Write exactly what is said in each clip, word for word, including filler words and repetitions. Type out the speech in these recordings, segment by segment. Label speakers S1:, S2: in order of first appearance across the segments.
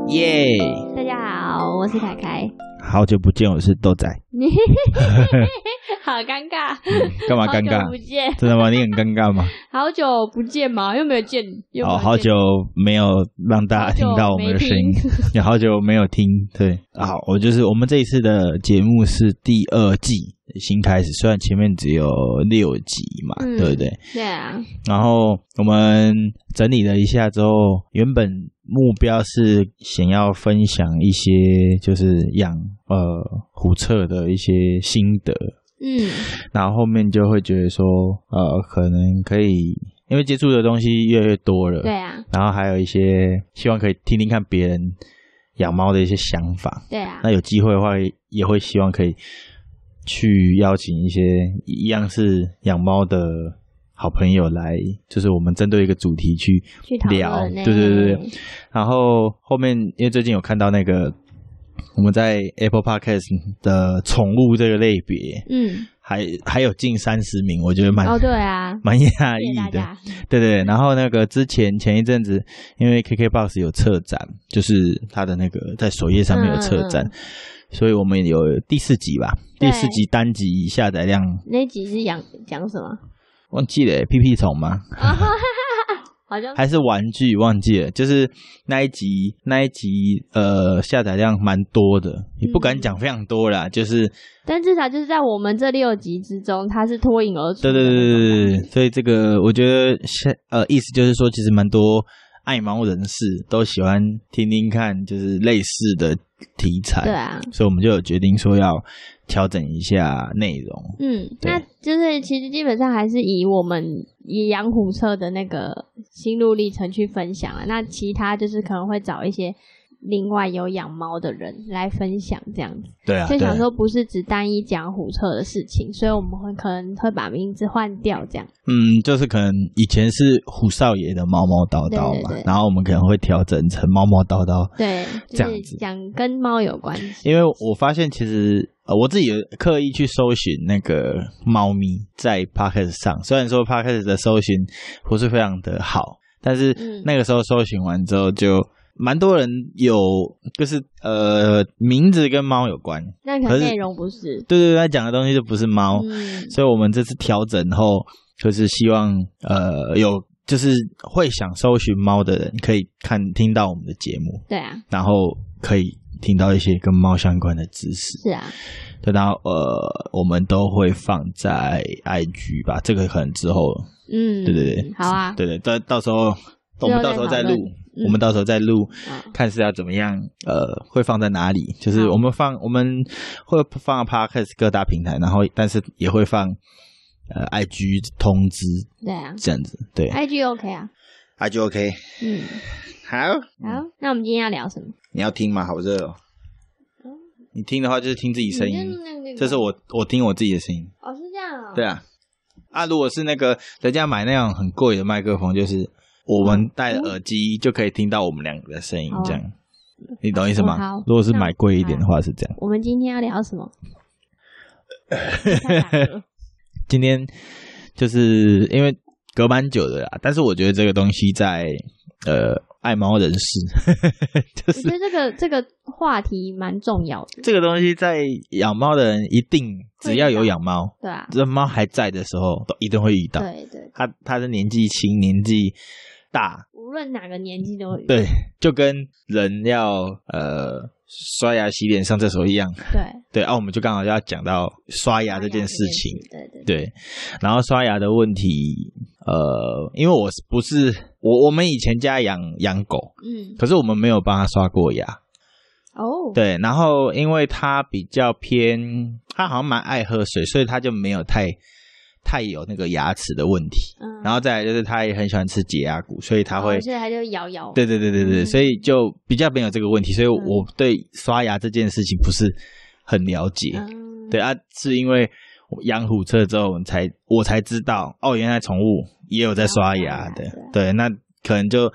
S1: 耶！
S2: Yeah! 大家好，我是凯凯。
S1: 好久不见，我是豆仔。
S2: 好尴尬，
S1: 干、嗯、嘛尴尬？
S2: 好久不见，
S1: 真的吗？你很尴尬吗？
S2: 好久不见嘛，又没有见，又没有见。
S1: 好好久没有让大家听到我们的声音，也好久没有听。对，好，我就是我们这一次的节目是第二季新开始，虽然前面只有六集嘛，嗯、对不对？
S2: 对啊。
S1: 然后我们整理了一下之后，原本目标是想要分享一些就是养呃虎彻的一些心得。嗯，然后后面就会觉得说，呃，可能可以，因为接触的东西越来越多了，
S2: 对啊，然
S1: 后还有一些希望可以听听看别人养猫的一些想法，
S2: 对啊，
S1: 那有机会的话，也会希望可以去邀请一些一样是养猫的好朋友来，就是我们针对一个主题去聊，
S2: 去
S1: 对对对对，然后后面因为最近有看到那个。我们在 Apple Podcast 的宠物这个类别，嗯，还还有近三十名，我觉得蛮
S2: 哦，对啊，
S1: 蛮讶异的，对对。然后那个之前前一阵子，因为 K K B O X 有策展，就是它的那个在首页上面有策展，嗯、所以我们有第四集吧，第四集单集下载量，
S2: 那集是讲讲什么？
S1: 忘记了，屁屁虫吗？
S2: 好像
S1: 还是玩具忘记了，就是那一集那一集呃下载量蛮多的，也不敢讲非常多啦，嗯、就是
S2: 但至少就是在我们这六集之中，它是脱颖而出的。
S1: 对对对对，所以这个我觉得呃意思就是说，其实蛮多爱猫人士都喜欢听听看，就是类似的题材。
S2: 对啊，
S1: 所以我们就有决定说要调整一下内容。
S2: 嗯，那就是其实基本上还是以我们以养虎彻的那个心路历程去分享啊。那其他就是可能会找一些另外有养猫的人来分享这样子。
S1: 对啊，
S2: 所以想说不是只单一讲虎彻的事情，所以我们会可能会把名字换掉这样。
S1: 嗯，就是可能以前是虎少爷的猫猫叨叨嘛，对对对，然后我们可能会调整成猫猫叨叨，
S2: 对，
S1: 这样子
S2: 讲跟猫有关系。
S1: 因为我发现其实呃我自己有刻意去搜寻那个猫咪在 Podcast 上，虽然说 Podcast 的搜寻不是非常的好，但是那个时候搜寻完之后就蛮多人有就是呃名字跟猫有关，
S2: 那可能内容不是，
S1: 对对对，他讲的东西就不是猫，嗯、所以我们这次调整后，就是希望呃有就是会想搜寻猫的人可以看听到我们的节目，
S2: 对啊，
S1: 然后可以听到一些跟猫相关的知识，
S2: 是啊，
S1: 对，然后呃我们都会放在 I G 吧，这个可能之后，嗯，对对对，
S2: 好啊，
S1: 对对，到到时候我们到时候再录。我们到时候再录、嗯，看是要怎么样，呃，会放在哪里？就是我们放，我们会放 Podcast 各大平台，然后但是也会放呃 I G 通知，
S2: 对啊，
S1: 这样子，对
S2: ，I G OK 啊
S1: ，I G OK， 嗯，好，
S2: 好，那我们今天要聊什么？
S1: 你要听吗？好热哦，嗯、你听的话就是听自己声音，那个、这是我我听我自己的声音，
S2: 哦，是这样啊、哦，
S1: 对啊，啊，如果是那个人家买那样很贵的麦克风，就是我们戴着耳机就可以听到我们两个的声音，这样、嗯、你懂意思吗？
S2: 好，
S1: 如果是买贵一点的话是这样。
S2: 我们今天要聊什么？
S1: 今天就是因为隔蛮久的啦，但是我觉得这个东西在呃爱猫人士，就是、
S2: 我觉得这个这个话题蛮重要的。
S1: 这个东西在养猫的人一定只要有养猫，
S2: 对啊，
S1: 这猫还在的时候都一定会遇到。
S2: 对对，
S1: 他他的年纪轻，年纪大，
S2: 无论哪个年纪都会遇到。
S1: 对，就跟人要呃刷牙、洗脸、上厕所一样。
S2: 对
S1: 对啊，我们就刚好要讲到刷牙这件事情。
S2: 对对
S1: 对, 对，然后刷牙的问题，呃，因为我不是我我们以前家养养狗，嗯，可是我们没有帮它刷过牙。
S2: 哦，
S1: 对，然后因为它比较偏，它好像蛮爱喝水，所以它就没有太。太有那个牙齿的问题、嗯、然后再来就是他也很喜欢吃解牙骨，所以他会、
S2: 哦、所以他就咬咬，
S1: 对对对对对、嗯、所以就比较没有这个问题，所以我对刷牙这件事情不是很了解、嗯、对啊，是因为养虎彻之后才我才知道哦，原来宠物也有在刷牙的，对，那可能就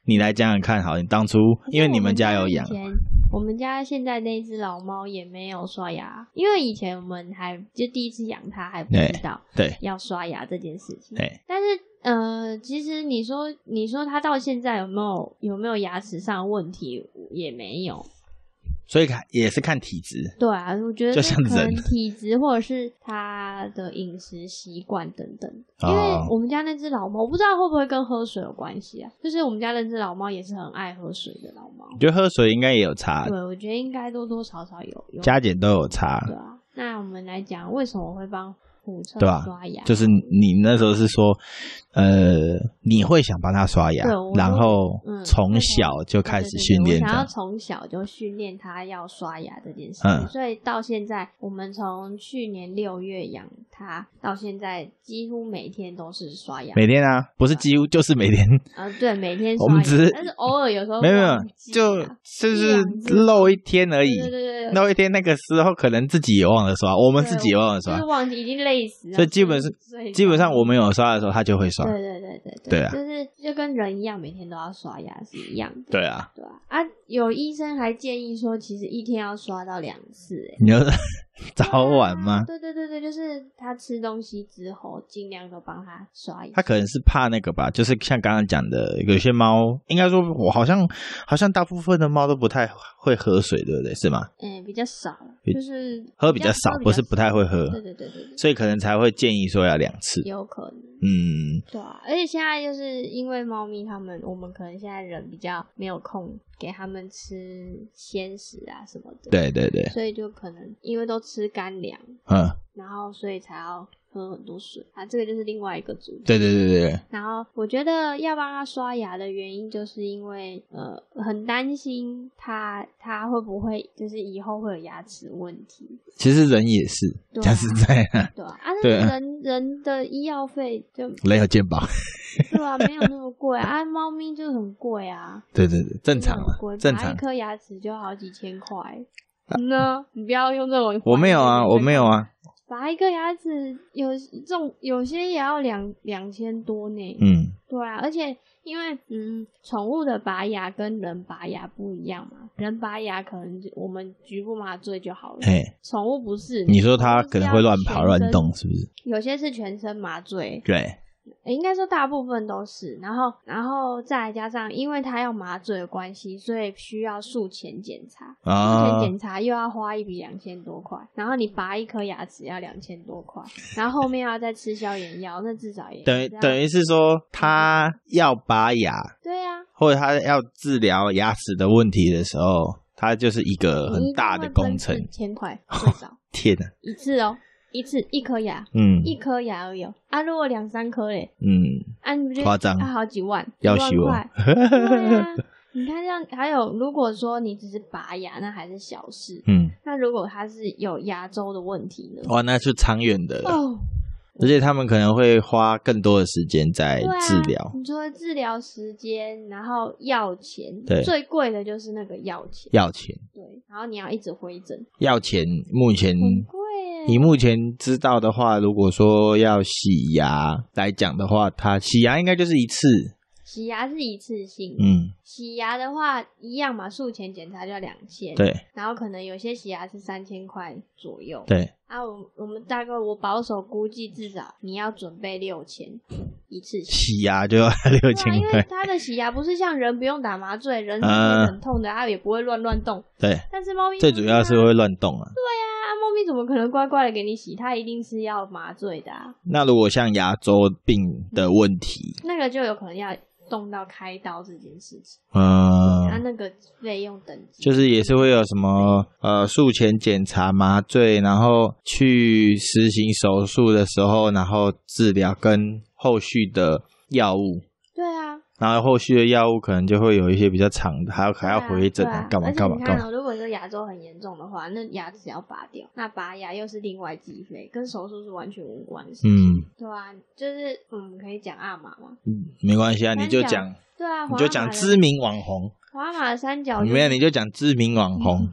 S1: 你来讲讲看，好，你当初因为你们家有养，
S2: 我们家现在那只老猫也没有刷牙，因为以前我们还就第一次养它还不知道
S1: 对
S2: 要刷牙这件事情。
S1: 对，
S2: 但是呃，其实你说你说它到现在有没有有没有牙齿上的问题，也没有。
S1: 所以也是看体质。
S2: 对啊，我觉得
S1: 就像
S2: 可能
S1: 人
S2: 体质或者是它的饮食习惯等等。
S1: 哦、
S2: 因为我们家那只老猫，我不知道会不会跟喝水有关系啊？就是我们家那只老猫也是很爱喝水的老猫。
S1: 我觉得喝水应该也有差。
S2: 对，我觉得应该多多少少有有
S1: 加减都有差。
S2: 对啊，那我们来讲为什么我会帮虎彻刷牙、
S1: 啊、就是你那时候是说呃，你会想帮他刷牙，然后从小就开始训练他，
S2: 我想要从小就训练他要刷牙这件事情、嗯、所以到现在我们从去年六月养他到现在几乎每天都是刷牙，
S1: 每天啊，不是几乎就是每天
S2: 啊，对，每天刷牙，
S1: 我们只是
S2: 但是偶尔有时候
S1: 没有没有就就是漏一天而已，
S2: 对对对对，
S1: 漏一天那个时候可能自己也忘了刷，我们自己也忘了刷，
S2: 就是忘记已经累死了，
S1: 所以基本上基本上我们有刷的时候他就会刷，
S2: 对对对对
S1: 对啊，
S2: 就是就跟人一样每天都要刷牙是一样的，
S1: 对啊
S2: 对啊啊，有医生还建议说其实一天要刷到两次，哎，
S1: 你说早晚吗？
S2: 对对对对，就是他吃东西之后尽量都帮他刷一下。
S1: 他可能是怕那个吧，就是像刚刚讲的，有些猫应该说我好像好像大部分的猫都不太会喝水，对不对？是吗？
S2: 嗯，比较少，就是
S1: 喝比较少，不是不太会喝。
S2: 对对对 对, 对，
S1: 所以可能才会建议说要两次，
S2: 有可能。
S1: 嗯，
S2: 对啊，而且现在就是因为猫咪它们，我们可能现在人比较没有空给它们吃鲜食啊什么的，
S1: 对对对，
S2: 所以就可能因为都吃干粮，
S1: 嗯，
S2: 然后所以才要喝很多水啊，这个就是另外一个主题。
S1: 对对对对。
S2: 然后我觉得要帮他刷牙的原因，就是因为呃很担心他他会不会就是以后会有牙齿问题。其
S1: 实人也是，讲实在啊，
S2: 对啊，啊，但是人人的医药费就
S1: 没有健保，
S2: 对啊，没有那么贵啊，猫咪就很贵啊。对
S1: 对对，正常嘛，正常。
S2: 拔一颗牙齿就好几千块，呢、啊，你不要用这种。
S1: 我没有啊，我没有啊。
S2: 拔一个牙齿有这种有些也要两两千多呢。
S1: 嗯，
S2: 对啊，而且因为嗯，宠物的拔牙跟人拔牙不一样嘛，人拔牙可能我们局部麻醉就好了，宠物不是。
S1: 你说它可能会乱跑乱动，是不是？
S2: 有些是全身麻醉。
S1: 对。
S2: 应该说大部分都是，然后然后再加上因为它要麻醉的关系，所以需要术前检查，术前检查又要花一笔两千多块，然后你拔一颗牙齿要两千多块，然后后面要再吃消炎药，那至少也
S1: 等于等于是说他要拔牙，
S2: 对啊，
S1: 或者他要治疗牙齿的问题的时候，它就是一个很大的工程，
S2: 一千块最少，
S1: 天哪，
S2: 一次哦。一次一颗牙，
S1: 嗯，
S2: 一颗牙而已啊！如果两三颗嘞，
S1: 嗯，
S2: 啊，你不觉得
S1: 夸张？
S2: 啊，好几万，
S1: 要修
S2: 啊！对啊，你看这样，还有如果说你只是拔牙，那还是小事，
S1: 嗯，
S2: 那如果它是有牙周的问题呢？
S1: 哇，那是长远的
S2: 哦。
S1: 而且他们可能会花更多的时间在治疗、啊。
S2: 你除了治疗时间，然后药钱，
S1: 对，
S2: 最贵的就是那个药钱。
S1: 药钱，
S2: 对，然后你要一直回诊。
S1: 药钱目前
S2: 很贵耶。
S1: 你目前知道的话，如果说要洗牙来讲的话，它洗牙应该就是一次。
S2: 洗牙是一次性，
S1: 嗯，
S2: 洗牙的话一样嘛，术前检查就要两千，
S1: 对，
S2: 然后可能有些洗牙是三千块左右，
S1: 对，
S2: 啊，我我们大概我保守估计至少你要准备六千一次
S1: 洗牙就要六千块，
S2: 因为它的洗牙不是像人不用打麻醉，人是会很痛的，它、呃、也不会乱乱动，
S1: 对，
S2: 但是猫咪
S1: 最主要是会乱动啊，
S2: 对啊，猫咪怎么可能乖乖的给你洗？它一定是要麻醉的啊。
S1: 那如果像牙周病的问题，
S2: 嗯、那个就有可能要动到开刀这件事情，
S1: 嗯，
S2: 它那个费用等级
S1: 就是也是会有什么呃术前检查、麻醉，然后去实行手术的时候，然后治疗跟后续的药物。
S2: 对啊，
S1: 然后后续的药物可能就会有一些比较长的，还要还要回诊啊，干嘛干嘛干嘛。
S2: 如果是牙周很严重的话，那牙齿要拔掉，那拔牙又是另外计费，跟手术是完全无关的事情。嗯，对啊，就是嗯，可以讲阿玛吗？
S1: 嗯，没关系啊，你就讲。
S2: 对啊，
S1: 你就讲知名网红。
S2: 华马三角、就是。
S1: 没有，你就讲知名网红。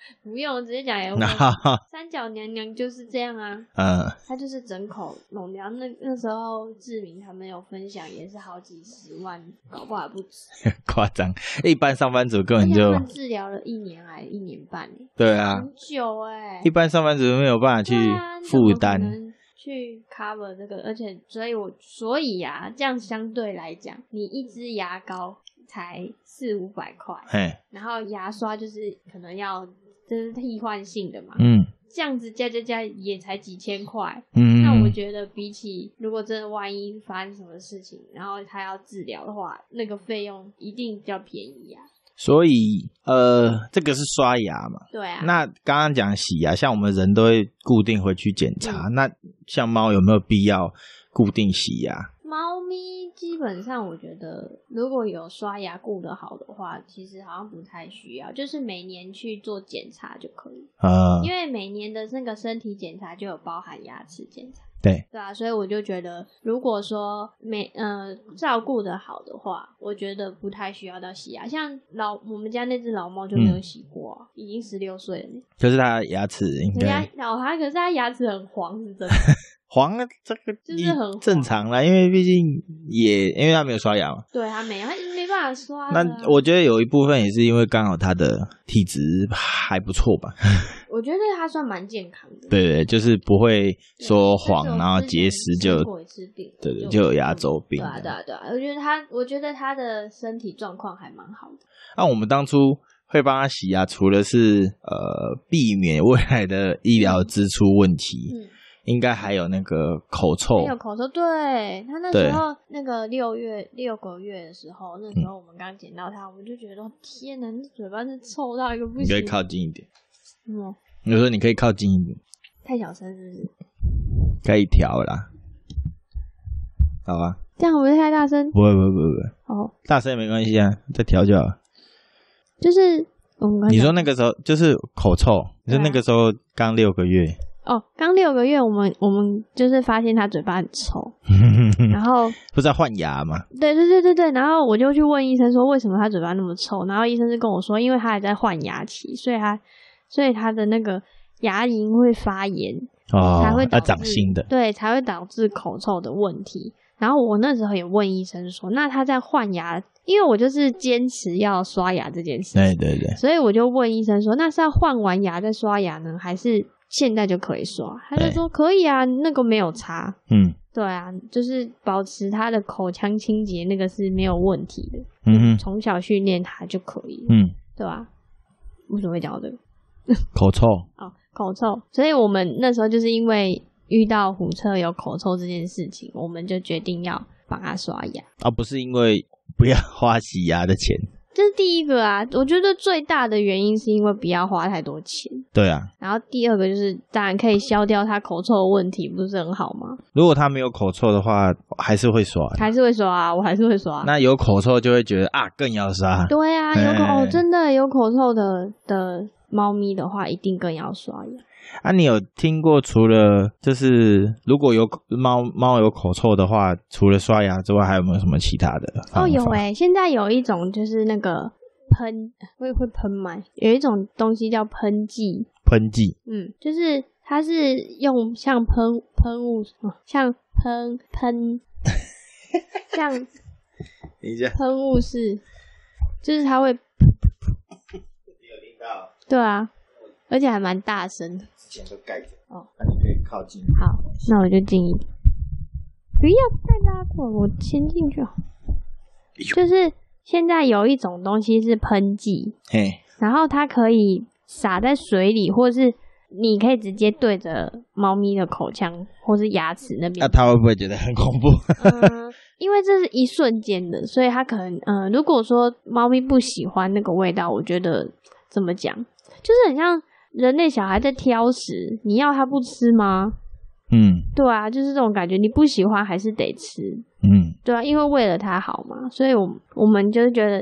S2: 不用直接讲也会。三角娘娘就是这样啊，嗯，她就是整口弄掉。那那时候志明他们有分享，也是好几十万，搞不好不止。
S1: 夸张，一般上班族根本就
S2: 他们治疗了一年还一年半，
S1: 对啊，
S2: 很久哎、欸。
S1: 一般上班族没有办法去负担。
S2: 去 cover 这个，而且所以我所以啊，这样相对来讲，你一支牙膏才四五百块，然后牙刷就是可能要这是替换性的嘛，嗯，这样子加加加也才几千块，嗯，那我觉得比起如果真的万一发生什么事情，然后他要治疗的话，那个费用一定比较便宜啊。
S1: 所以，呃，这个是刷牙嘛？
S2: 对啊。
S1: 那刚刚讲洗牙，像我们人都会固定回去检查，嗯、那像猫有没有必要固定洗牙？
S2: 猫咪基本上我觉得，如果有刷牙顾得好的话，其实好像不太需要，就是每年去做检查就可以。啊、嗯，因为每年的那个身体检查就有包含牙齿检查。
S1: 对
S2: 对啊，所以我就觉得，如果说每呃照顾得好的话，我觉得不太需要到洗牙。像老我们家那只老猫就没有洗过、啊嗯，已经十六岁了呢。
S1: 就是它牙齿应该
S2: 老它，可是它牙齿很黄，是真的。
S1: 黄了，这个
S2: 就是很
S1: 正常啦，因为毕竟也因为他没有刷牙嘛。
S2: 对，他没有，他没办法刷、啊。
S1: 那我觉得有一部分也是因为刚好他的体质还不错吧。
S2: 我觉得他算蛮健康的。
S1: 对对，就是不会说黄，然后结石就
S2: 过一次病，
S1: 对对，就有牙周病。
S2: 对啊对啊对啊，我觉得他，我觉得他的身体状况还蛮好的。
S1: 那、啊、我们当初会帮他洗牙，除了是呃避免未来的医疗支出问题。嗯嗯，应该还有那个口臭，
S2: 还有口臭，对，他那时候那个六月六个月的时候，那时候我们刚捡到他，我们就觉得天哪，你嘴巴是臭到一个不行。
S1: 你可以靠近一点，
S2: 嗯，
S1: 有时候你可以靠近一点，
S2: 太小声是不是？
S1: 可以调啦，好吧？
S2: 这样会不会太大声？
S1: 不会不会不会不会，哦，大声也没关系啊，再调就好。
S2: 就是我们刚
S1: 你说那个时候就是口臭，你说那个时候刚六个月。
S2: 哦，刚六个月，我们我们就是发现他嘴巴很臭，然后
S1: 不是要换牙吗？
S2: 对对对对对，然后我就去问医生说为什么他嘴巴那么臭，然后医生是跟我说，因为他还在换牙期，所以他所以他的那个牙龈会发炎，哦，才会导致
S1: 长新的，
S2: 对，才会导致口臭的问题。然后我那时候也问医生说，那他在换牙，因为我就是坚持要刷牙这件事情，
S1: 对对对，
S2: 所以我就问医生说，那是要换完牙再刷牙呢，还是现在就可以刷？他就说可以啊，那个没有差。嗯，对啊，就是保持他的口腔清洁，那个是没有问题的。嗯哼，从小训练他就可以。嗯，对吧、啊？为什么会讲到这个？
S1: 口臭
S2: 哦，口臭。所以我们那时候就是因为遇到虎彻有口臭这件事情，我们就决定要帮他刷牙。
S1: 啊，不是因为不要花洗牙的钱。
S2: 这是第一个啊，我觉得最大的原因是因为不要花太多钱。
S1: 对啊。
S2: 然后第二个就是，当然可以消掉他口臭的问题，不是很好吗？
S1: 如果他没有口臭的话，还是会刷。
S2: 还是会刷啊，我还是会刷。
S1: 那有口臭就会觉得啊，更要刷。
S2: 对啊，有口哦，真的有口臭的的猫咪的话，一定更要刷牙。
S1: 啊，你有听过除了就是如果有猫猫有口臭的话，除了刷牙之外，还有没有什么其他的方法？
S2: 哦，有诶、欸，现在有一种就是那个喷会会喷吗？有一种东西叫喷剂。
S1: 喷剂，
S2: 嗯，就是它是用像喷喷雾，像喷喷，像喷雾式，就是它会。你有听到？对啊，而且还蛮大声的。
S1: 之前都盖着哦，那你可以靠近。
S2: 好，那我就近一点，不要再拉过，我先进去。就是现在有一种东西是喷剂，嘿，然后它可以洒在水里，或是你可以直接对着猫咪的口腔或是牙齿那边。
S1: 那、啊、它会不会觉得很恐怖？
S2: 嗯，因为这是一瞬间的，所以它可能，嗯、呃，如果说猫咪不喜欢那个味道，我觉得怎么讲，就是很像人类小孩在挑食，你要他不吃吗？嗯，对啊，就是这种感觉，你不喜欢还是得吃。嗯，对啊，因为为了他好嘛，所以我我们就是觉得，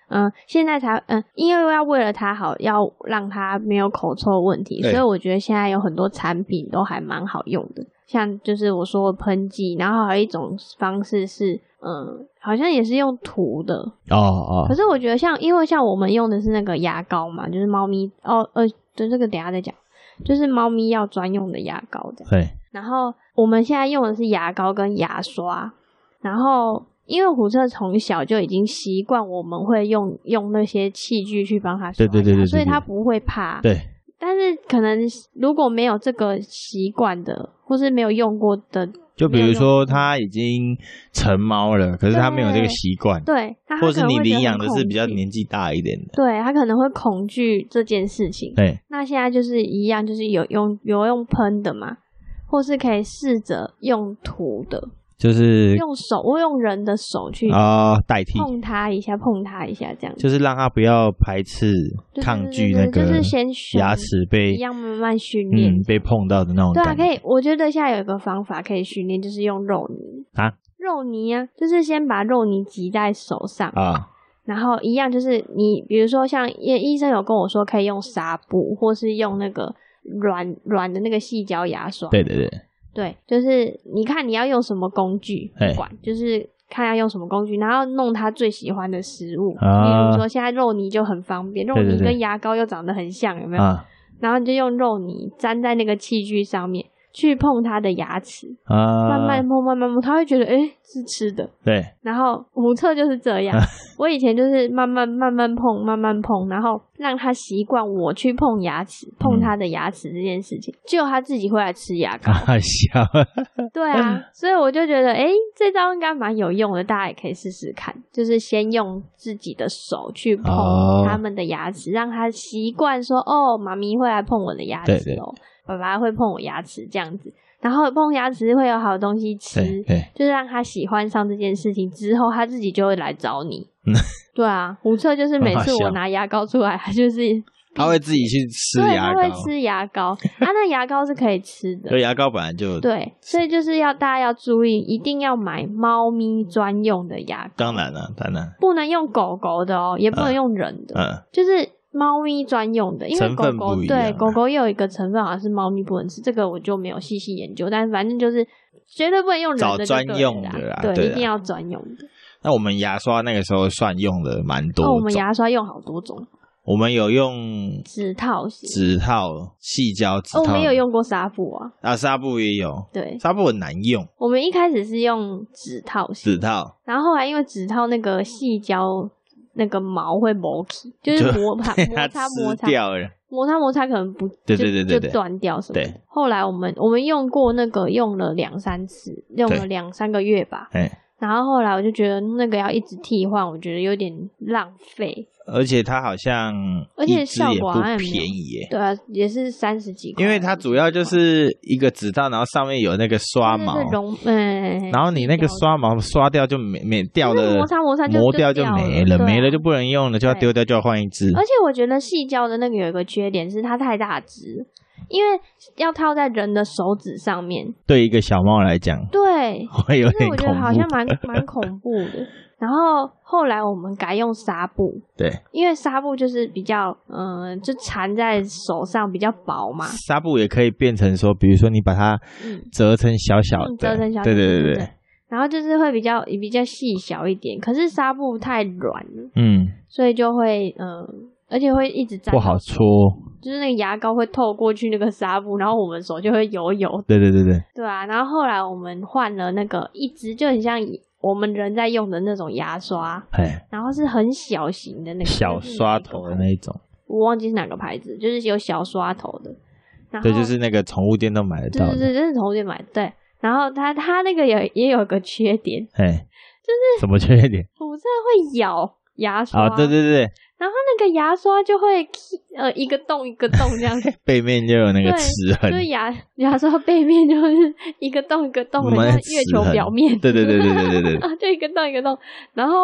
S2: 嗯、呃，现在才嗯、呃，因为要为了它好，要让它没有口臭问题，所以我觉得现在有很多产品都还蛮好用的，像就是我说的喷剂，然后还有一种方式是嗯、呃，好像也是用涂的
S1: 哦哦。
S2: 可是我觉得像因为像我们用的是那个牙膏嘛，就是猫咪哦呃，对，这个等一下再讲，就是猫咪要专用的牙膏这样。
S1: 对。
S2: 然后我们现在用的是牙膏跟牙刷，然后因为虎彻从小就已经习惯我们会用用那些器具去帮他刷牙，
S1: 对对对对对对，
S2: 所以他不会怕。
S1: 对。
S2: 但是可能如果没有这个习惯的，或是没有用过的，
S1: 就比如说他已经成猫了，可是他没有这个习惯，
S2: 对，
S1: 或是你领养的是比较年纪大一点的，
S2: 对，他可能会恐惧这件事情。
S1: 对，
S2: 那现在就是一样，就是有用有用喷的嘛，或是可以试着用涂的。就是用手，我用人的手去
S1: 啊、哦、代替
S2: 碰它一下，碰它一下，这样
S1: 就是让它不要排斥、抗拒那个，
S2: 就是先
S1: 牙齿被
S2: 一样慢慢训练、
S1: 嗯，被碰到的那种感觉。
S2: 对啊，可以，我觉得现在有一个方法可以训练，就是用肉泥
S1: 啊，
S2: 肉泥啊，就是先把肉泥挤在手上
S1: 啊，
S2: 然后一样就是你，比如说像医生有跟我说，可以用纱布，或是用那个软软的那个细胶牙刷。
S1: 对对对。
S2: 对，就是你看你要用什么工具，不管就是看要用什么工具，然后弄他最喜欢的食物。
S1: 啊、
S2: 比如说现在肉泥就很方便，肉泥跟牙膏又长得很像，有没有？啊、然后你就用肉泥粘在那个器具上面，去碰他的牙齿，啊、慢慢碰，慢慢碰，他会觉得诶是吃的。
S1: 对。
S2: 然后虎彻就是这样，我以前就是慢慢慢慢碰，慢慢碰，然后让他习惯我去碰牙齿，碰他的牙齿这件事情，结果他自己会来吃牙膏。
S1: 好笑。
S2: 对啊，所以我就觉得，诶这招应该蛮有用的，大家也可以试试看，就是先用自己的手去碰他们的牙齿，哦、让他习惯说，哦，妈咪会来碰我的牙齿哦，对对，爸爸会碰我牙齿这样子。然后碰牙齿会有好东西吃，就是让他喜欢上这件事情之后，他自己就会来找你。对啊，虎彻就是每次我拿牙膏出来，他就是
S1: 他会自己去吃牙膏，
S2: 对，他会吃牙膏。啊，那牙膏是可以吃的，
S1: 对，牙膏本来就
S2: 对，所以就是要大家要注意，一定要买猫咪专用的牙膏。
S1: 当然了，当然
S2: 不能用狗狗的哦，也不能用人的，嗯，就是猫咪专用的，因为狗狗对狗狗也有一个成分好像是猫咪不能吃，这个我就没有细细研究，但反正就是绝对不能用人的，找
S1: 专用的啦，
S2: 对，
S1: 对，
S2: 一定要专用的。
S1: 那我们牙刷那个时候算用的蛮多的，
S2: 哦，我们牙刷用好多种，
S1: 我们有用
S2: 指套型、
S1: 指套、细胶指套，
S2: 哦，我们有用过纱布啊，
S1: 啊，纱布也有，
S2: 对，
S1: 纱布很难用。
S2: 我们一开始是用指套型，
S1: 指套，
S2: 然后后来因为指套那个细胶。那个毛会磨起，就是摩擦摩擦摩擦
S1: 掉了，
S2: 摩擦摩擦可能不
S1: 对对对对
S2: 就断掉什么的。后来我们我们用过那个用了两三次，用了两三个月吧。然后后来我就觉得那个要一直替换，我觉得有点浪费。
S1: 而且它好像
S2: 而且效果好像
S1: 不便宜耶。
S2: 对啊，也是三十几块。
S1: 因为它主要就是一个指套，然后上面有那个刷毛，
S2: 嗯，
S1: 然后你那个刷毛刷掉就没没掉了，
S2: 摩擦摩擦就
S1: 磨掉就没了，
S2: 啊、
S1: 没了就不能用了，就要丢掉，就要换一支。
S2: 而且我觉得细胶的那个有一个缺点是它太大支。因为要套在人的手指上面，
S1: 对一个小猫来讲，
S2: 对，
S1: 会有点恐怖，
S2: 我觉得好像蛮蛮恐怖的。然后后来我们改用纱布，
S1: 对，
S2: 因为纱布就是比较，嗯、呃，就缠在手上比较薄嘛。
S1: 纱布也可以变成说，比如说你把它折成小小的，嗯、
S2: 折成小小的，
S1: 对对对 对,
S2: 对。然后就是会比较比较细小一点，可是纱布太软了，
S1: 嗯，
S2: 所以就会，嗯、呃。而且会一直沾，
S1: 不好搓，
S2: 就是那个牙膏会透过去那个纱布，然后我们手就会油油。
S1: 对对对对，
S2: 对啊。然后后来我们换了那个一支，就很像我们人在用的那种牙刷，然后是很小型的那个
S1: 小刷头的那一种，
S2: 我忘记是哪个牌子，就是有小刷头的。然后
S1: 对，就是那个宠物店都买得到的，
S2: 对对对，就是宠物店买的。对，然后它它那个也也有个缺点，
S1: 哎，
S2: 就是
S1: 什么缺点？
S2: 我真的会咬牙刷。
S1: 啊，对对对。
S2: 然后那个牙刷就会呃一个洞一个洞这样子，
S1: 背面就有那个齿痕，
S2: 就是牙牙刷背面就是一个洞一个洞，很像月球表面。
S1: 对对对对对对对，
S2: 就一个洞一个洞。然后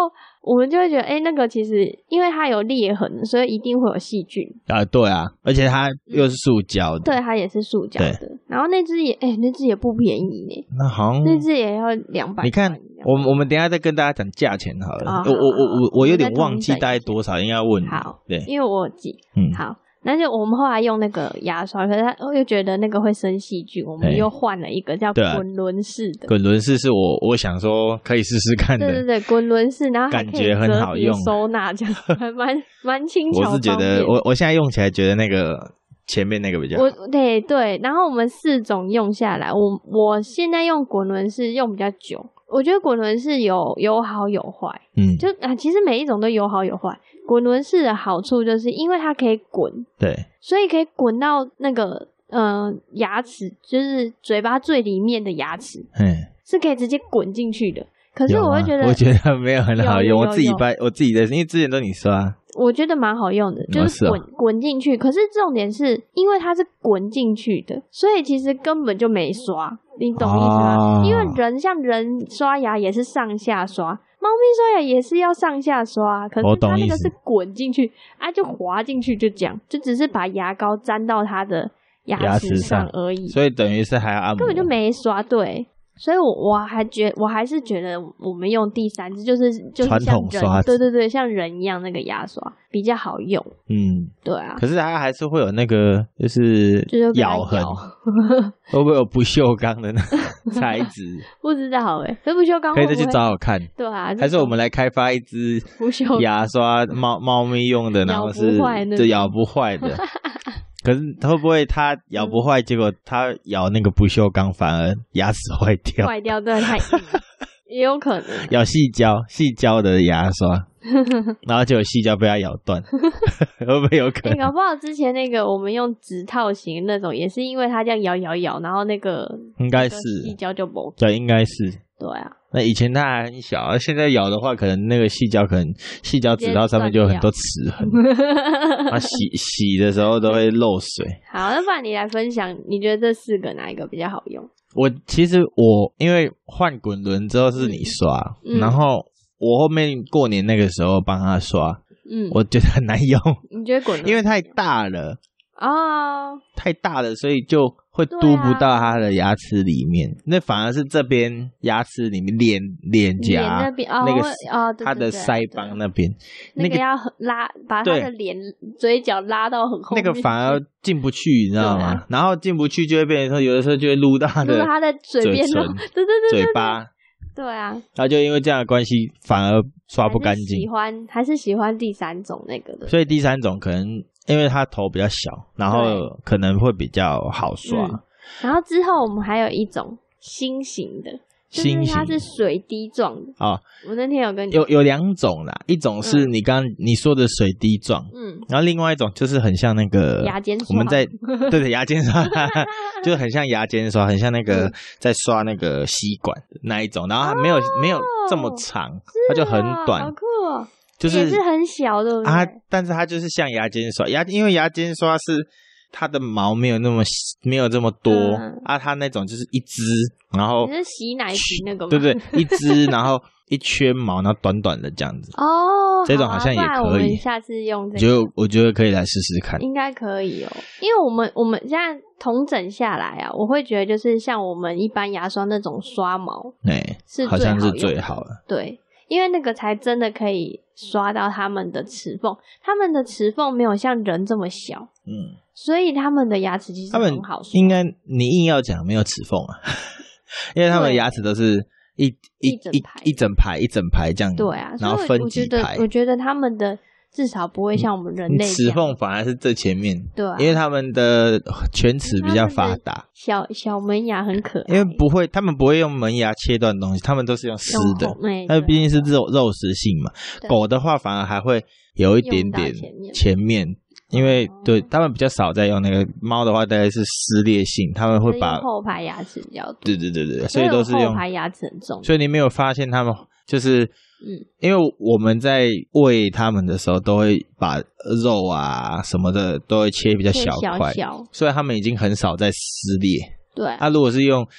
S2: 我们就会觉得，哎、欸，那个其实因为它有裂痕，所以一定会有细菌
S1: 啊。对啊，而且它又是塑胶的、嗯，
S2: 对，它也是塑胶的。然后那只也，哎、欸，那只也不便宜呢。
S1: 那好像
S2: 那只也要两百。
S1: 你看，我们我们等一下再跟大家讲价钱好了。哦、我我我我我有点忘记大概多少，应该问你。
S2: 好，
S1: 对，
S2: 因为我记，嗯，好。那就我们后来用那个牙刷，可是他又觉得那个会生细菌，我们又换了一个叫滚轮式的。
S1: 滚轮式是我我想说可以试试看的。
S2: 对对对，滚轮式，然后还可以
S1: 感觉很好用，
S2: 收纳这样还蛮蛮轻巧。
S1: 我是觉得我我现在用起来觉得那个前面那个比较好。
S2: 我对对，然后我们四种用下来，我我现在用滚轮式用比较久。我觉得滚轮式有有好有坏，嗯，就啊，其实每一种都有好有坏。滚轮式的好处就是因为它可以滚，
S1: 对，
S2: 所以可以滚到那个呃牙齿，就是嘴巴最里面的牙齿，嗯，是可以直接滚进去的。可是我会觉得，
S1: 我觉得没有很好用，我自己掰我自己的，因为之前都你刷，
S2: 我觉得蛮好用的，就是滚、哦、滚进去。可是重点是因为它是滚进去的，所以其实根本就没刷，你懂意思吗？哦、因为人像人刷牙也是上下刷，猫咪刷牙也是要上下刷，可是它那个是滚进去啊，就滑进去，就这样，就只是把牙膏沾到它的牙齿上而已，
S1: 所以等于是还要按摩，
S2: 根本就没刷，对。所以我，我我还觉我还是觉得我们用第三支就是就是像人，对对对，像人一样那个牙刷比较好用。嗯，对啊。
S1: 可是它还是会有那个就是咬痕，会不会有不锈钢的那材质？
S2: 不知道哎、欸，可是不锈钢
S1: 可以再去找找看。
S2: 对啊，
S1: 还是我们来开发一支
S2: 不锈
S1: 牙刷，猫猫咪用的，然后是就咬不坏的。可是会不会它咬不坏，结果它咬那个不锈钢反而牙齿坏掉？
S2: 坏掉，对，太硬了，也有可能。
S1: 咬细胶，细胶的牙刷，然后就有细胶被它咬断，会不会有可能？
S2: 欸、搞不好之前那个我们用指套型那种，也是因为它这样咬咬咬，然后那个
S1: 应该是
S2: 细胶就没。
S1: 对，应该是。
S2: 对啊。
S1: 那以前它还很小，现在咬的话，可能那个细胶可能细胶指套上面就有很多齿痕，它洗洗的时候都会漏水。
S2: 好，那不然你来分享，你觉得这四个哪一个比较好用？
S1: 我其实我因为换滚轮之后是你刷，嗯、然后我后面过年那个时候帮他刷，嗯，我觉得很难用。
S2: 你觉得滚轮？
S1: 因为太大了
S2: 哦，
S1: 太大了，所以就会嘟不到它的牙齿里面，啊、那反而是这边牙齿里面脸脸颊
S2: 那边、哦、
S1: 那个
S2: 哦，
S1: 它的腮帮那边，
S2: 那个要拉把它的脸嘴角拉到很后面，
S1: 那个反而进不去，你知道吗？啊、然后进不去就会变成说，有的时候就会撸到它的
S2: 它的嘴边
S1: 嘴唇，
S2: 对对对，
S1: 嘴巴。
S2: 对啊，
S1: 然后就因为这样的关系，反而刷不干净。
S2: 喜欢还是喜欢第三种那个的，
S1: 所以第三种可能因为它头比较小，然后可能会比较好刷。嗯、
S2: 然后之后我们还有一种新型的，就是它是水滴状的哦。我那天有跟你
S1: 有有两种啦，一种是你刚刚你说的水滴状，嗯，然后另外一种就是很像那个
S2: 牙尖刷，
S1: 我们在对对牙尖刷，就是很像牙尖刷，很像那个在刷那个吸管那一种，然后它没有、哦、没有这么长，它就很短，
S2: 好酷哦，
S1: 就是
S2: 也是很小的
S1: 啊，但是它就是像牙尖刷，牙因为牙尖刷是。它的毛没有那么没有这么多、嗯、啊，它那种就是一支，然后
S2: 你是洗奶瓶那个吗？
S1: 对对，一支，然后一圈毛，然后短短的这样子。
S2: 哦，
S1: 这种好像也可以。
S2: 我们下次用这个，
S1: 就我觉得可以来试试看，
S2: 应该可以哦。因为我们我们现在统整下来啊，我会觉得就是像我们一般牙刷那种刷毛，
S1: 哎，
S2: 是
S1: 好像是最好的。
S2: 对。因为那个才真的可以刷到他们的齿缝，他们的齿缝没有像人这么小，嗯，所以他们的牙齿其实很好刷。
S1: 应该你硬要讲没有齿缝啊，因为他们的牙齿都是一一一一整排一整排这样，
S2: 对啊，
S1: 然后分几排。
S2: 我觉得他们的至少不会像我们人类
S1: 齿缝反而是最前面，
S2: 对、啊，
S1: 因为他们的犬齿比较发达，
S2: 小小门牙很可爱，
S1: 因为不会，他们不会用门牙切断东西，他们都是用撕的，那毕竟是肉肉食性嘛。狗的话反而还会有一点点前面，因为对他们比较少在用那个，猫的话大概是撕裂性，他们会把
S2: 后排牙齿比较多，
S1: 对对对对，所以都是用
S2: 后排牙齿很重，
S1: 所以你没有发现他们就是。嗯，因为我们在喂他们的时候，都会把肉啊什么的都会切比较小块，
S2: 小小，
S1: 所以他们已经很少在撕裂。
S2: 对，
S1: 啊，如果是用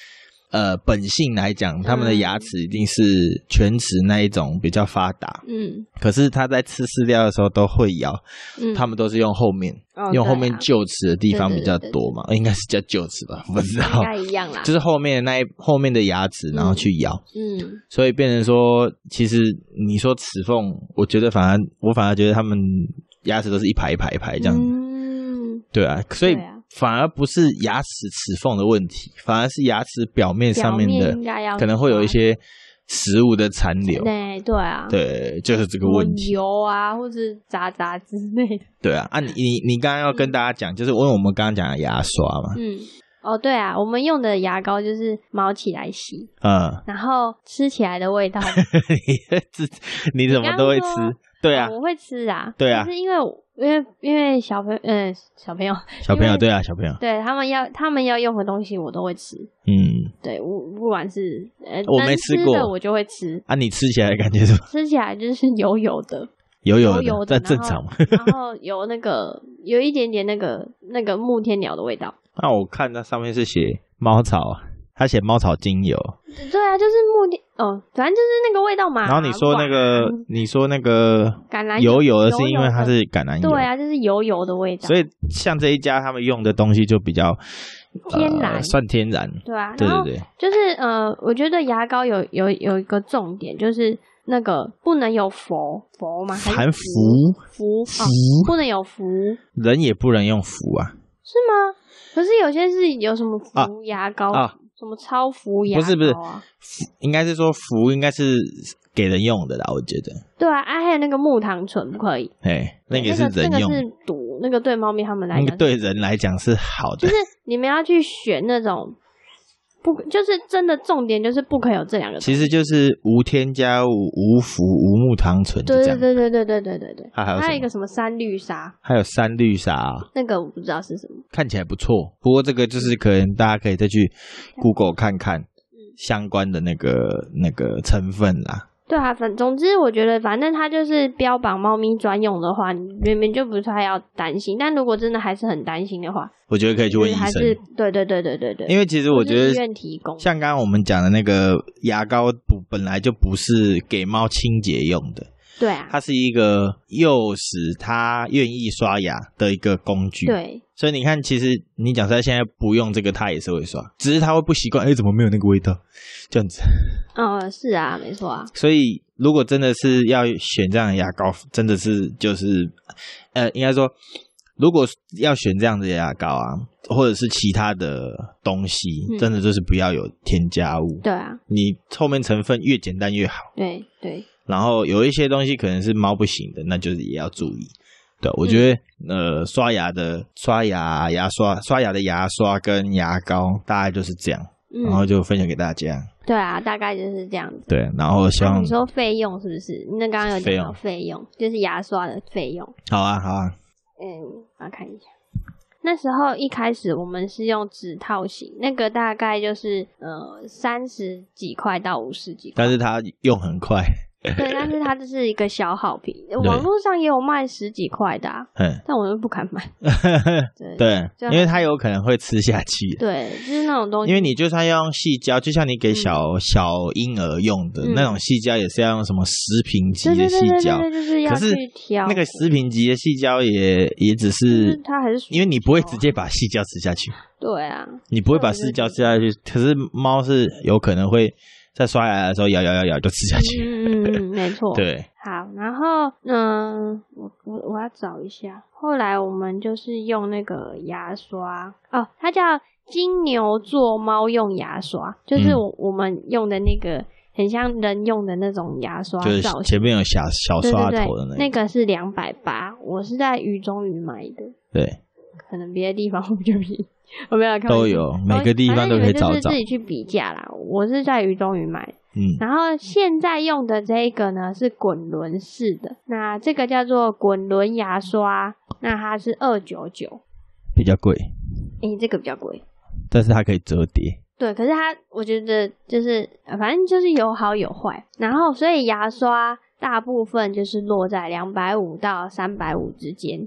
S1: 呃本性来讲，他们的牙齿一定是犬齿那一种比较发达。嗯，可是他在吃饲料的时候都会咬，嗯，他们都是用后面，哦、用后面臼齿的地方比较多嘛，应该是叫臼齿吧，不知道，
S2: 应该一样啦，
S1: 就是后面的那一后面的牙齿，然后去咬。嗯，嗯所以变成说，其实你说齿缝，我觉得反而我反而觉得他们牙齿都是一排一排一排这样。嗯，对啊，所以。反而不是牙齿齿缝的问题，反而是牙齿表面上面的可能会有一些食物的残留。
S2: 对对啊，
S1: 对，就是这个问题。
S2: 油啊，或是渣渣之类的。
S1: 对啊，啊你你你刚刚要跟大家讲，嗯、就是因为我们刚刚讲的牙刷嘛。
S2: 嗯。哦，对啊，我们用的牙膏就是毛起来洗，嗯，然后吃起来的味道。
S1: 你你怎么都会吃？对啊、
S2: 哦，我会吃啊。
S1: 对啊，
S2: 就是因为因为因为小朋友，嗯、呃，小朋友，
S1: 小朋友，对啊，小朋友，
S2: 对他们要他们要用的东西我都会吃。嗯，对，不不管是呃，
S1: 我没吃过，
S2: 我就会吃。
S1: 啊，你吃起来的感觉是什么？
S2: 吃起来就是油油的。
S1: 油油的，
S2: 油油的，
S1: 这正常嘛。
S2: 然后有那个有一点点那个那个木天鸟的味道。
S1: 那我看那上面是写猫草，他写猫草精油。
S2: 对啊，就是木天哦，反正就是那个味道嘛。
S1: 然后你说那个，你说那个
S2: 橄榄油
S1: 油油的，是因为它是橄榄油。
S2: 对啊，就是油油的味道。
S1: 所以像这一家他们用的东西就比较
S2: 天然，
S1: 呃、算天然。
S2: 对啊，
S1: 对对对，
S2: 就是呃，我觉得牙膏有有有一个重点就是。那个不能有氟氟吗？
S1: 含氟
S2: 氟
S1: 氟、
S2: 哦，不能有氟，
S1: 人也不能用氟啊？
S2: 是吗？可是有些是有什么氟牙膏啊，什么超氟牙膏、啊？
S1: 不是不是，应该是说氟应该是给人用的啦，我觉得。
S2: 对啊，啊还有那个木糖醇不可以，
S1: 哎，那个是人用，
S2: 那个是毒，那个对猫咪他们来讲，
S1: 那个对人来讲是好的。
S2: 就是你们要去选那种。不，就是真的重点就是不可以有这两个，
S1: 其实就是无添加物、无氟、无木糖醇，
S2: 对对对对对对对对对。
S1: 它还有
S2: 还有一个什么三氯沙，
S1: 还有三氯沙、啊，
S2: 那个我不知道是什么，
S1: 看起来不错。不过这个就是可能大家可以再去 Google 看看相关的那个那个成分啦。
S2: 对啊，反总之我觉得，反正它就是标榜猫咪专用的话，你原本就不太要担心。但如果真的还是很担心的话，
S1: 我觉得可以去问医生。
S2: 还是对对对对对对。
S1: 因为其实我觉得，
S2: 医院提供
S1: 像刚刚我们讲的那个牙膏，不本来就不是给猫清洁用的。
S2: 对啊，
S1: 它是一个诱使它愿意刷牙的一个工具。
S2: 对，
S1: 所以你看，其实你讲出来现在不用这个，它也是会刷，只是它会不习惯，哎，怎么没有那个味道？这样子。
S2: 哦，是啊，没错啊。
S1: 所以如果真的是要选这样的牙膏，真的是就是，呃，应该说，如果要选这样的牙膏啊，或者是其他的东西，嗯、真的就是不要有添加物。
S2: 对啊，
S1: 你后面成分越简单越好。
S2: 对对。
S1: 然后有一些东西可能是猫不行的，那就是也要注意。对，我觉得、嗯、呃，刷牙的刷牙牙刷、刷牙的牙刷跟牙膏大概就是这样，嗯、然后就分享给大家。
S2: 对啊，大概就是这样子。
S1: 对，然后希望、啊、
S2: 你说费用是不是？那刚刚有讲到费用，就是牙刷的费用。
S1: 好啊，好啊。
S2: 嗯，我要看一下。那时候一开始我们是用指套型，那个大概就是呃三十几块到五十几块，
S1: 但是它用很快。
S2: 对，但是它就是一个消耗品，网络上也有卖十几块的、啊，但我又不敢买。
S1: 对，对，因为它有可能会吃下去。
S2: 对，就是那种东西。
S1: 因为你就算要用细胶，就像你给小、嗯、小婴儿用的、嗯、那种细胶，也是要用什么食品级的细胶。
S2: 对对对对对，就是要去挑。
S1: 可是那个食品级的细胶也也只是，
S2: 是它还是
S1: 因为你不会直接把细胶吃下去。
S2: 对啊，
S1: 你不会把细胶吃下去，可是猫是有可能会。在刷牙的时候咬咬咬咬就吃下去。
S2: 嗯嗯嗯，没错。
S1: 对。
S2: 好，然后嗯、呃，我我我要找一下。后来我们就是用那个牙刷哦，它叫金牛座猫用牙刷，就是我、嗯、我们用的那个很像人用的那种牙刷造型，
S1: 就是前面有小小刷头的那个。
S2: 对对对，那个是两百八，我是在鱼中鱼买的。
S1: 对。
S2: 可能别的地方会比较便宜。我没有看
S1: 都有，每个地方都可以找找。
S2: 就是自己去比价啦。我是在鱼中鱼买，嗯，然后现在用的这个呢是滚轮式的，那这个叫做滚轮牙刷，那它是二九九，
S1: 比较贵。
S2: 诶、欸，这个比较贵，
S1: 但是它可以折叠。
S2: 对，可是它我觉得就是反正就是有好有坏，然后所以牙刷大部分就是落在两百五到三百五之间。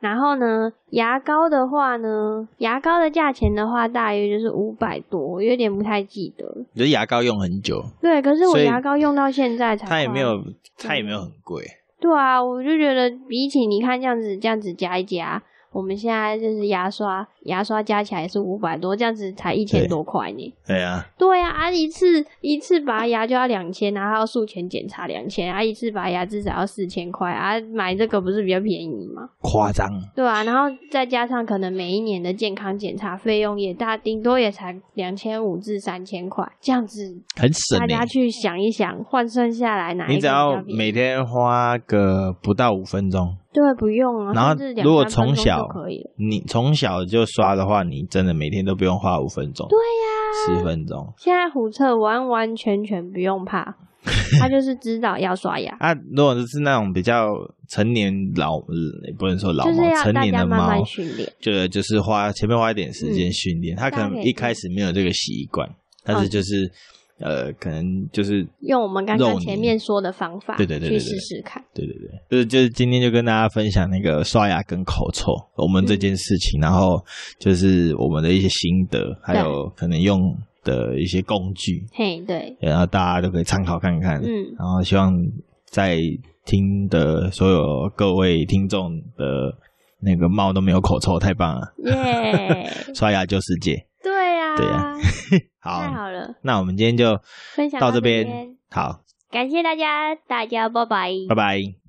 S2: 然后呢，牙膏的话呢，牙膏的价钱的话，大约就是五百多，我有点不太记得。
S1: 就是牙膏用很久。
S2: 对，可是我牙膏用到现在才。
S1: 它也没有，它也没有很贵。
S2: 对啊，我就觉得比起你看这样子，这样子加一加。我们现在就是牙刷，牙刷加起来是五百多，这样子才一千多块呢。
S1: 对啊，
S2: 对啊，啊一次一次拔牙就要两千，然后要术前检查两千，啊一次拔牙至少要四千块，啊买这个不是比较便宜吗？
S1: 夸张。
S2: 对啊，然后再加上可能每一年的健康检查费用也大，顶多也才两千五至三千块，这样子
S1: 很省、欸。
S2: 大家去想一想，换算下来哪一个比较便宜？
S1: 你只要每天花个不到五分钟。
S2: 对，不用啊。
S1: 然后如果从小
S2: 你
S1: 从小就刷的话，你真的每天都不用花五分钟。
S2: 对呀、
S1: 啊，十分钟。
S2: 现在虎彻完完全全不用怕，他就是知道要刷牙。
S1: 啊，如果是那种比较成年老，也不能说老猫，
S2: 就是要
S1: 成年的猫，
S2: 慢慢训练，
S1: 就就是花前面花一点时间训练，他、嗯、可能一开始没有这个习惯，但是就是。呃，可能就是
S2: 用我们刚刚前面说的方法，
S1: 对对对，去
S2: 试试看。
S1: 对对对，就是就是今天就跟大家分享那个刷牙跟口臭我们这件事情、嗯，然后就是我们的一些心得，还有可能用的一些工具。
S2: 嘿，对，
S1: 然后大家都可以参考看看。嗯，然后希望在听的所有各位听众的那个猫都没有口臭，太棒了！耶、yeah ！刷牙救世界。
S2: 对啊，
S1: 对啊。好，
S2: 太好了，
S1: 那我们今天就
S2: 分享
S1: 到这边。
S2: 边
S1: 好，
S2: 感谢大家，大家拜拜，
S1: 拜拜。